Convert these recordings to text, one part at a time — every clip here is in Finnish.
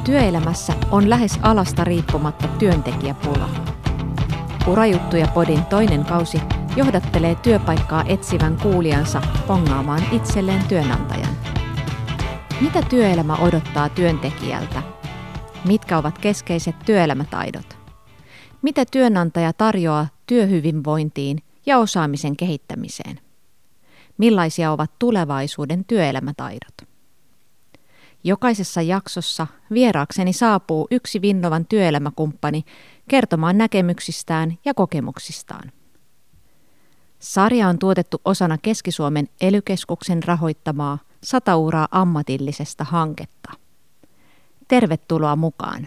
Työelämässä on lähes alasta riippumatta työntekijäpula. Urajuttuja podin toinen kausi johdattelee työpaikkaa etsivän kuulijansa pongaamaan itselleen työnantajan. Mitä työelämä odottaa työntekijältä? Mitkä ovat keskeiset työelämätaidot? Mitä työnantaja tarjoaa työhyvinvointiin ja osaamisen kehittämiseen? Millaisia ovat tulevaisuuden työelämätaidot? Jokaisessa jaksossa vieraakseni saapuu yksi Vinnovan työelämäkumppani kertomaan näkemyksistään ja kokemuksistaan. Sarja on tuotettu osana Keski-Suomen ELY-keskuksen rahoittamaa 100 uraa ammatillisesta hanketta. Tervetuloa mukaan!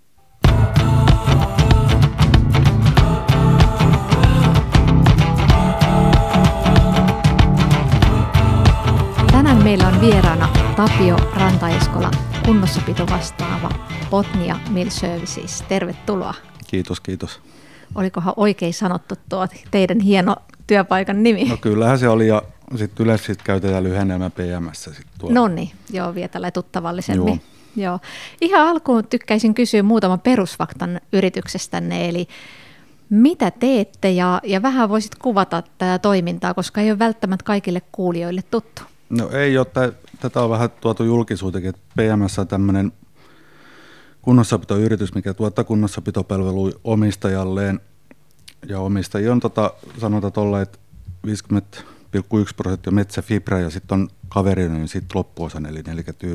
Tänään meillä on vieraana Tapio Rantaeskola, kunnossapito vastaava Botnia Mill Services. Tervetuloa. Kiitos, kiitos. Olikohan oikein sanottu tuo teidän hieno työpaikan nimi? No kyllähän se oli, ja sitten yleensä käytetään lyhennelmä PMS. No niin, joo, vielä tällä tuttavallisemmin. Joo. Ihan alkuun tykkäisin kysyä muutaman perusfaktan yrityksestänne, eli mitä teette ja vähän voisit kuvata tätä toimintaa, koska ei ole välttämättä kaikille kuulijoille tuttu. No ei ole, tätä on vähän tuotu julkisuutenkin, että PMS on tämmöinen kunnossapitoyritys, mikä tuottaa kunnossapitopalveluja omistajalleen. Ja omistajia on sanotaan tuolla, että 50,1% Metsä Fibra ja sitten on kaverinen sitten loppuosan eli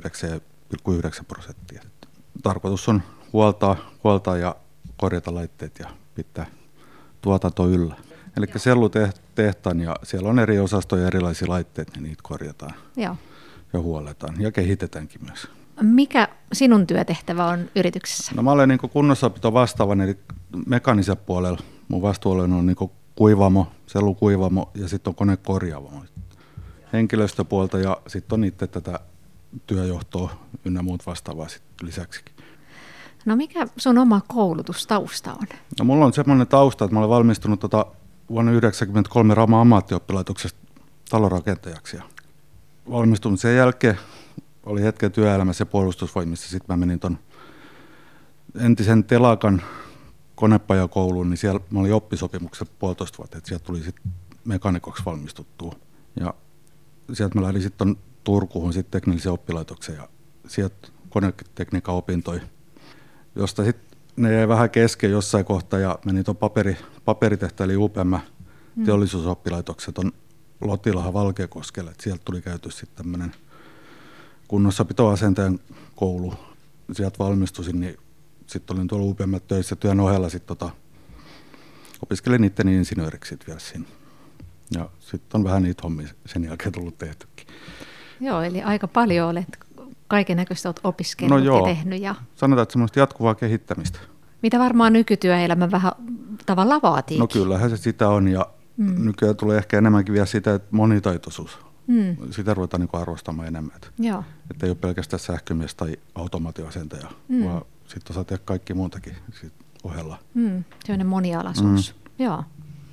49,9%. Tarkoitus on huoltaa ja korjata laitteet ja pitää tuotanto yllä. Eli sellutehtaan ja siellä on eri osastoja ja erilaisia laitteita, niin niitä korjataan. Joo. Ja huolletaan ja kehitetäänkin myös. Mikä sinun työtehtävä on yrityksessä? No mä olen niin kunnossapito vastaavan, eli mekaanisen puolella. Mun vastuualueeni on niin kuivamo, sellukuivamo ja sitten on konekorjaamo. Henkilöstöpuolta ja sitten on itse tätä työjohtoa ynnä muut vastaavaa lisäksikin. No mikä sun oma koulutustausta on? No mulla on semmoinen tausta, että mä olen valmistunut vuonna 1993 Rauman ammattioppilaitoksesta talonrakentajaksi. Ja valmistunut sen jälkeen, oli hetken työelämässä ja puolustusvoimissa. Sitten mä menin ton entisen telakan konepajakouluun, niin siellä mä olin oppisopimuksen 1,5 vuotta, että sieltä tuli sitten mekaanikoksi valmistuttua. Ja sieltä mä lähdin sitten Turkuun sitten teknillisen oppilaitoksen ja sieltä konetekniikan opintoja, josta sitten ne jäi vähän kesken jossain kohtaa ja meni tuon paperitehtaan eli UPM teollisuusoppilaitokset on Lotilahan Valkeakoskelle. Sieltä tuli käyty sitten tämmöinen kunnossapitoasentajan koulu. Sieltä valmistusin, niin sitten olin tuolla UPM töissä työn ohella sitten opiskelin itteni insinööriksi vielä siinä. Ja sitten on vähän niitä hommia sen jälkeen tullut tehtykin. Joo, eli aika paljon olet kaikennäköistä olet opiskellut ja tehnyt. Ja sanotaan, että semmoista jatkuvaa kehittämistä. Mitä varmaan nykytyöelämä vähän tavallaan vaatii. No kyllähän se sitä on ja nykyään tulee ehkä enemmänkin vielä sitä, että monitaitoisuus. Sitä ruvetaan niin arvostamaan enemmän. Että ei ole pelkästään sähkömies tai automaatioasentaja, vaan sitten osaa tehdä kaikki muutakin ohella. Sellainen monialaisuus. Joo.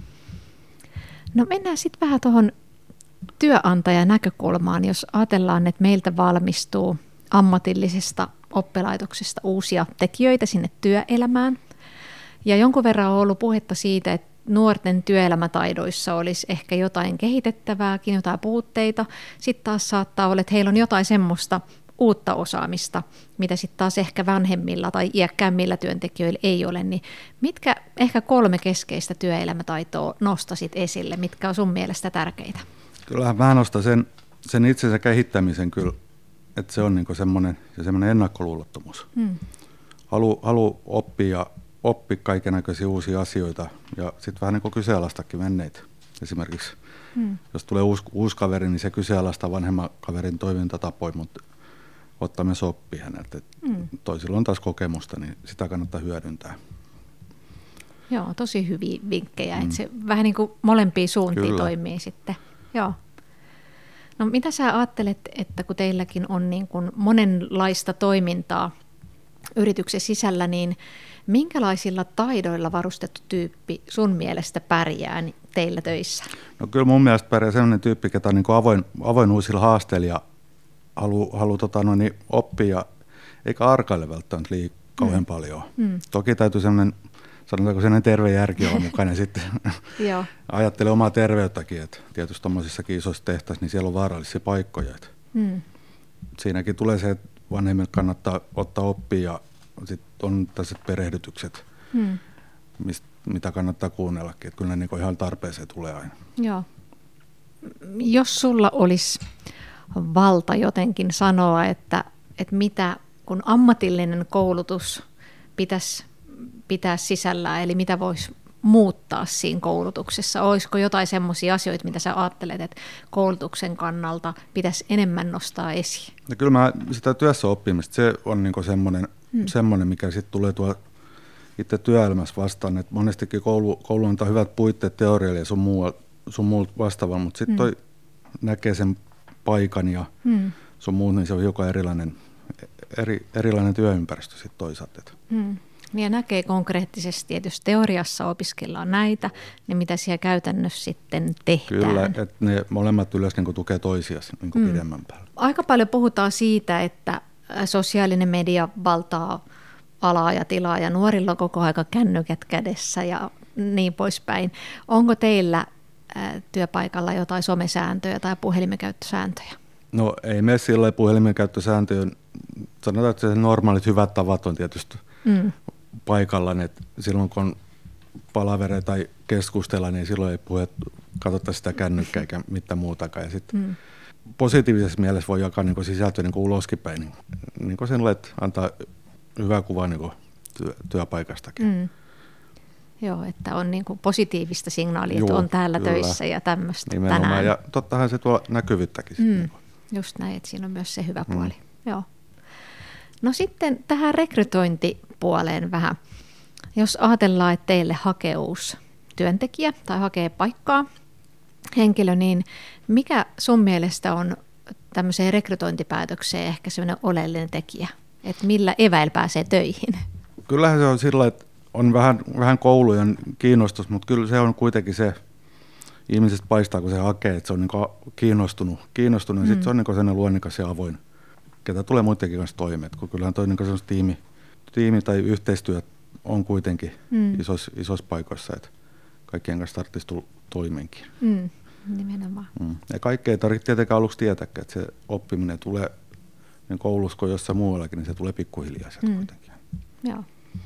No mennään sitten vähän tuohon työnantajan näkökulmaan, jos ajatellaan, että meiltä valmistuu ammatillisesta oppilaitoksesta uusia tekijöitä sinne työelämään. Ja jonkun verran on ollut puhetta siitä, että nuorten työelämätaidoissa olisi ehkä jotain kehitettävääkin, jotain puutteita. Sitten taas saattaa olla, että heillä on jotain semmoista uutta osaamista, mitä sitten taas ehkä vanhemmilla tai iäkkäämmillä työntekijöillä ei ole. Niin mitkä ehkä 3 keskeistä työelämätaitoa nostasit esille, mitkä on sun mielestä tärkeitä? Kyllähän mä nostan sen itsensä kehittämisen kyllä, että se on niinku semmoinen ennakkoluulottomuus. Halu oppia kaikennäköisiä uusia asioita ja sitten vähän niin kuin kyseenalaistakin menneitä. Esimerkiksi jos tulee uusi kaveri, niin se kyseenalaistaa vanhemman kaverin toimintatapoja, mutta ottaa myös oppia häneltä. Toisilla on taas kokemusta, niin sitä kannattaa hyödyntää. Joo, tosi hyviä vinkkejä, että se vähän niin kuin molempiin suuntiin toimii sitten. Joo. No mitä sä ajattelet, että kun teilläkin on niin kuin monenlaista toimintaa yrityksen sisällä, niin minkälaisilla taidoilla varustettu tyyppi sun mielestä pärjää teillä töissä? No kyllä mun mielestä pärjää sellainen tyyppi, joka on niin kuin avoin uusilla haasteilla ja haluaa oppia. eikä arkaile välttämättä kauhean paljon. Toki täytyy sellainen terve järki olla mukana sitten. Ajattelee omaa terveyttäkin, että tietysti tuommoisissakin isoissa tehtaissa, niin siellä on vaarallisia paikkoja. Siinäkin tulee se, että vanhemmille kannattaa ottaa oppia ja sitten on tällaiset perehdytykset, mitä kannattaa kuunnellakin. Että kyllä ne niin ihan tarpeeseen tulee aina. Joo. Jos sulla olisi valta jotenkin sanoa, että mitä kun ammatillinen koulutus pitäisi pitää sisällään, eli mitä voisi muuttaa siinä koulutuksessa? Olisiko jotain semmoisia asioita, mitä sä ajattelet, että koulutuksen kannalta pitäisi enemmän nostaa esiin? No kyllä sitä työssä oppimista, se on niinku semmoinen, mikä sitten tulee tuolla itse työelämässä vastaan, että monestikin koulu antaa hyvät puitteet teorialle ja sun muut vastaavaa, mutta sitten toi näkee sen paikan ja sun muut, niin se on hiukan erilainen työympäristö sitten toisaalta. Niin ja näkee konkreettisesti, että jos teoriassa opiskellaan näitä, niin mitä siellä käytännössä sitten tehdään. Kyllä, että ne molemmat yleensä niin tukee toisiaan niin pidemmän päällä. Aika paljon puhutaan siitä, että sosiaalinen media valtaa alaa ja tilaa ja nuorilla on koko aika kännykät kädessä ja niin poispäin. Onko teillä työpaikalla jotain somesääntöjä tai puhelimenkäyttösääntöjä? No ei mene sillä puhelimenkäyttösääntöjä. Sanotaan, että se normaalit hyvät tavat on tietysti paikallaan, että silloin kun on palavereita tai keskustella, niin silloin ei katsota sitä kännykkää eikä mitään muutakaan. Ja sitten positiivisessa mielessä voi jakaa niin sisältöä niin uloskin päin, niin sen että antaa hyvää kuvaa niin työpaikastakin. Joo, että on niin kuin positiivista signaalia, että on täällä kyllä töissä ja tämmöistä nimenomaan. Tänään. Ja tottahan se tuo näkyvyyttäkin. Just näin, että siinä on myös se hyvä puoli. Joo. No sitten tähän rekrytointipuoleen vähän. Jos ajatellaan, että teille hakee uusi työntekijä tai hakee paikkaa henkilö, niin mikä sun mielestä on tämmöiseen rekrytointipäätökseen ehkä semmoinen oleellinen tekijä? Että millä eväillä pääsee töihin? Kyllähän se on sillä, että on vähän koulujen kiinnostus, mutta kyllä se on kuitenkin se, ihmisestä paistaa, kun se hakee, että se on niin kiinnostunut ja sitten se on niin sellainen luonnikas ja avoin, ketä tulee muidenkin kanssa toimeen. Kun kyllähän toi niin tiimi tai yhteistyö on kuitenkin isoissa paikoissa, että kaikkien kanssa tarvitsisi tulla toimeenkin. Nimenomaan. Ja kaikkea ei tarvitse tietenkään aluksi tietääkään, että se oppiminen tulee niin koulussa kuin jossain muuallakin, niin se tulee pikkuhiljaa sieltä kuitenkin. Joo.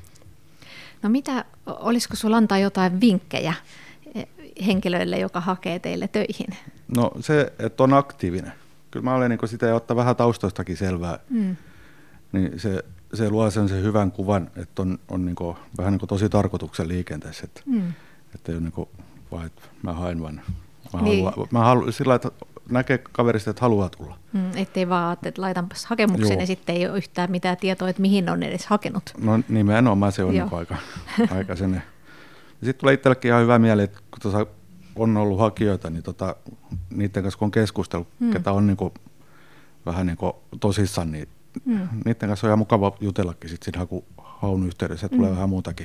No olisiko sulla antaa jotain vinkkejä henkilöille, joka hakee teille töihin? No se, että on aktiivinen. Kyllä mä olen niin sitä ja ottaa vähän taustoistakin selvää. Niin se luo sen hyvän kuvan, että on niin vähän niin tosi tarkoituksen liikenteessä. Että ei ole niin vaan, että mä haen vaan. Mä haluan sillä että näkee kaverista, että haluaa tulla. Ettei vaan, että laitanpas hakemuksen ja sitten ei ole yhtään mitään tietoa, että mihin on edes hakenut. No nimenomaan se on niin aika sen. Sitten tulee itsellekin ihan hyvä mieli, että kun tuossa on ollut hakijoita, niin niiden kanssa kun on keskustellut, ketä on niin vähän niin tosissaan, niin niiden kanssa on ihan mukava jutellakin sitten siinä haun yhteydessä, että tulee vähän muutakin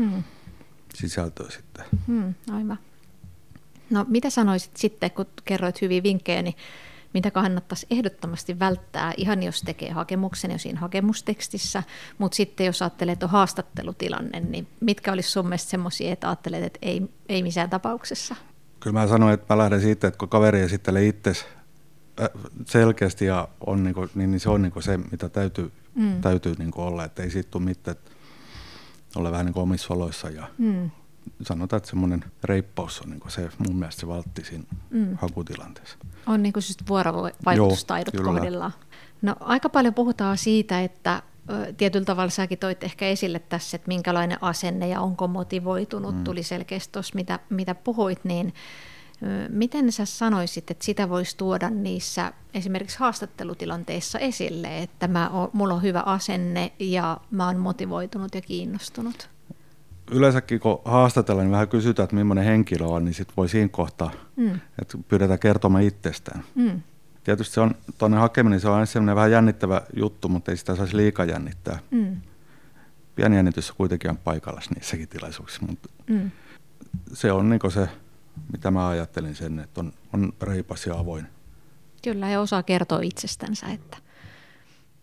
sisältöä sitten. Aivan. No mitä sanoisit sitten, kun kerroit hyviä vinkkejä, niin mitä kannattaisi ehdottomasti välttää, ihan jos tekee hakemuksen jo siinä hakemustekstissä, mutta sitten jos ajattelee, että on haastattelutilanne, niin mitkä olisi sun mielestä semmoisia, että ajattelet, että ei missään tapauksessa? Kyllä mä sanoin, että mä lähden siitä, että kun kaveri esittelee itsesi selkeästi ja on niin se on se, mitä täytyy olla, että ei siitä tule mitään, että olla vähän omissa oloissa ja sanotaan, että semmoinen reippaus on se, mun mielestä se valtti siinä hakutilanteessa. On vuorovaikutustaidot kohdillaan. No aika paljon puhutaan siitä, että tietyllä tavalla säkin toit ehkä esille tässä, että minkälainen asenne ja onko motivoitunut, tuli selkeästi tuossa, mitä puhuit, niin miten sä sanoisit, että sitä voisi tuoda niissä esimerkiksi haastattelutilanteissa esille, että mulla on hyvä asenne ja mä oon motivoitunut ja kiinnostunut? Yleensäkin kun haastatellaan, niin vähän kysytään, että millainen henkilö on, niin sitten voi siinä kohtaa, että pyydetään kertomaan itsestään. Tietysti se on, tuonne hakeminen, se on aina sellainen vähän jännittävä juttu, mutta ei sitä saisi liikaa jännittää. Pieni jännitys kuitenkin on paikallaan niissäkin tilaisuuksissa, mutta se on niin se, mitä mä ajattelin sen, että on reipas ja avoin. Kyllä, ja osaa kertoa itsestänsä.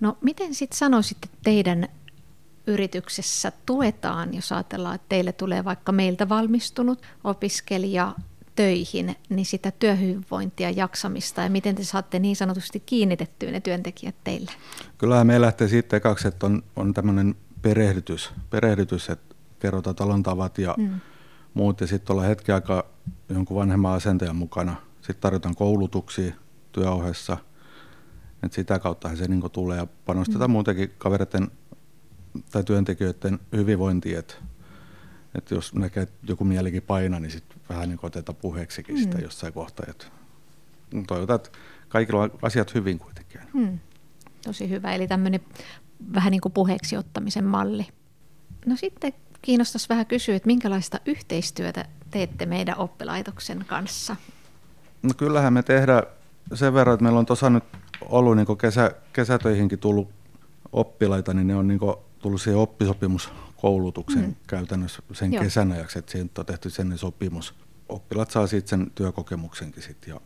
No miten sitten sanoisit, että teidän yrityksessä tuetaan, jos ajatellaan, että teille tulee vaikka meiltä valmistunut opiskelija töihin, niin sitä työhyvinvointia, jaksamista ja miten te saatte niin sanotusti kiinnitettyä ne työntekijät teille? Kyllähän me lähtee siitä ekaksi, että on tämmöinen perehdytys, että kerrotaan talon tavat ja muut ja sitten ollaan hetken aikaa jonkun vanhemman asentajan mukana. Sitten tarjotaan koulutuksia työohessa, että sitä kauttahan se niin tulee ja panostetaan muutenkin kavereiden tai työntekijöiden hyvinvointiin, että jos näkee, että joku mielikin painaa, niin sitten vähän niin otetaan puheeksikin sitä jossain kohtaa. Toivotaan, että kaikilla on asiat hyvin kuitenkin. Tosi hyvä, eli tämmöinen vähän niin kuin puheeksi ottamisen malli. No sitten kiinnostaisi vähän kysyä, että minkälaista yhteistyötä teette meidän oppilaitoksen kanssa? No kyllähän me tehdään sen verran, että meillä on tuossa nyt ollut niin kesätöihinkin tullut oppilaita, niin ne on niin tullut siihen oppisopimuskoulutuksen käytännössä sen kesän ajaksi, että siihen on tehty sen sopimus. Oppilaat saa sitten sen työkokemuksenkin sit ja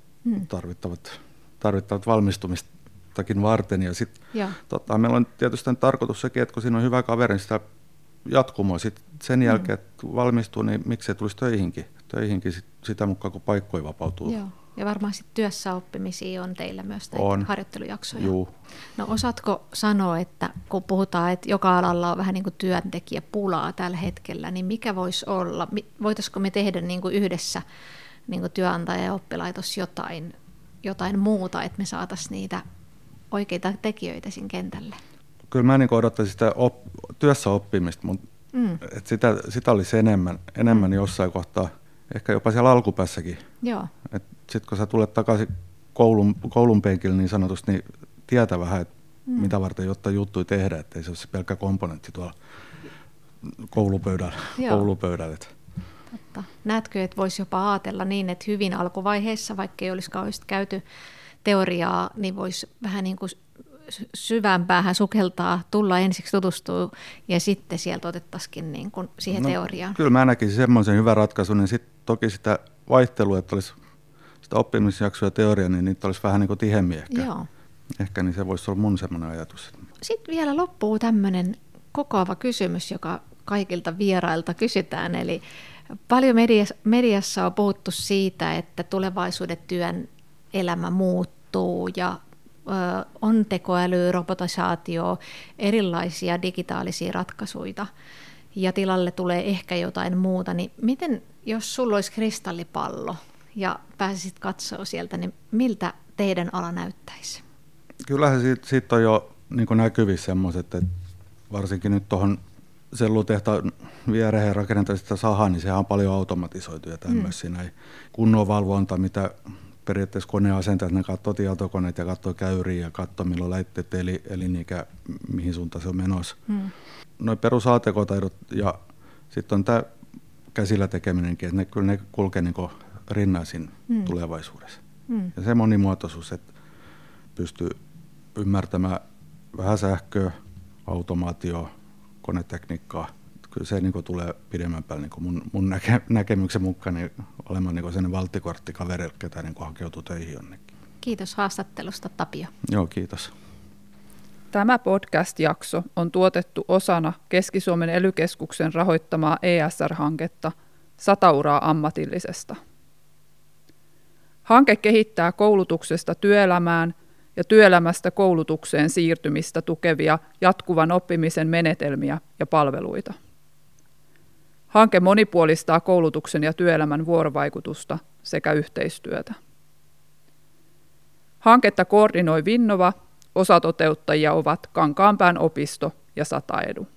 tarvittavat valmistumistakin varten. Ja sit, meillä on tietysti tarkoitus sekin, että kun siinä on hyvä kaveri, niin sitä jatkumoa sit sen jälkeen, että valmistuu, niin miksei tulisi töihinkin sitä mukaan, kun paikkoja vapautuu. Joo. Ja varmaan sitten työssä oppimisia on teillä myös näitä harjoittelujaksoja. Juu. No osaatko sanoa, että kun puhutaan, että joka alalla on vähän niin kuin työntekijäpulaa tällä hetkellä, niin mikä voisi olla, voitaisiko me tehdä niin kuin yhdessä niin kuin työnantaja ja oppilaitos jotain muuta, että me saataisiin niitä oikeita tekijöitä siinä kentälle? Kyllä mä niin odottaisin sitä työssä oppimista, mutta sitä olisi enemmän jossain kohtaa, ehkä jopa siellä alkupäässäkin. Joo. Sitten kun sä tulet takaisin koulun penkille niin sanotusti, niin tietää vähän, että mitä varten jotta juttuja tehdä, ettei se ole se pelkkä komponentti tuolla koulupöydällä. Totta. Näetkö, että voisi jopa ajatella niin, että hyvin alkuvaiheessa, vaikka ei olisi kauheasti käyty teoriaa, niin voisi vähän niin kuin syvään päähän sukeltaa, tulla ensiksi tutustua ja sitten sieltä otettaisiin niin kuin siihen teoriaan. Kyllä mä näkisin semmoisen hyvän ratkaisun, niin sitten toki sitä vaihtelua, että olisi sitä oppimisjaksoa ja teoriaa, niin niitä olisi vähän niin kuin tihemmin ehkä. Joo. Ehkä niin se voisi olla mun semmoinen ajatus. Sitten vielä loppuu tämmöinen kokoava kysymys, joka kaikilta vierailta kysytään. Eli paljon mediassa on puhuttu siitä, että tulevaisuuden työn elämä muuttuu ja on tekoäly, robotisaatio, erilaisia digitaalisia ratkaisuja ja tilalle tulee ehkä jotain muuta. Niin miten, jos sulla olisi kristallipallo ja pääsisit katsoa sieltä, niin miltä teidän ala näyttäisi? Kyllähän siitä on jo niin näkyvissä semmoiset, että varsinkin nyt tuohon sellutehtaan viereen rakennetaan sitä sahaa, niin sehän on paljon automatisoitu ja tämmöisiä näin kunnon valvonta, mitä periaatteessa koneasentajat, ne katsoo tietokoneet ja katsoo käyriä ja katsoo milloin laitteet elinikä, mihin suuntaan se on menossa. Noin perus ATK-taidot ja sitten on tämä käsillä tekeminenkin, että kyllä ne kulkee niin rinnaisin tulevaisuudessa. Ja se monimuotoisuus, että pystyy ymmärtämään vähän sähköä, automaatioa, konetekniikkaa. Kyllä se niin tulee pidemmän päälle niin mun näkemyksen mukaan niin olemaan niin sellainen valttikortti kaverille, ketä niin hakeutuu töihin jonnekin. Kiitos haastattelusta, Tapio. Joo, kiitos. Tämä podcast-jakso on tuotettu osana Keski-Suomen ELY-keskuksen rahoittamaa ESR-hanketta 100 uraa ammatillisesta. Hanke kehittää koulutuksesta työelämään ja työelämästä koulutukseen siirtymistä tukevia jatkuvan oppimisen menetelmiä ja palveluita. Hanke monipuolistaa koulutuksen ja työelämän vuorovaikutusta sekä yhteistyötä. Hanketta koordinoi Vinnova, osatoteuttajia ovat Kankaanpään opisto ja Sataedu.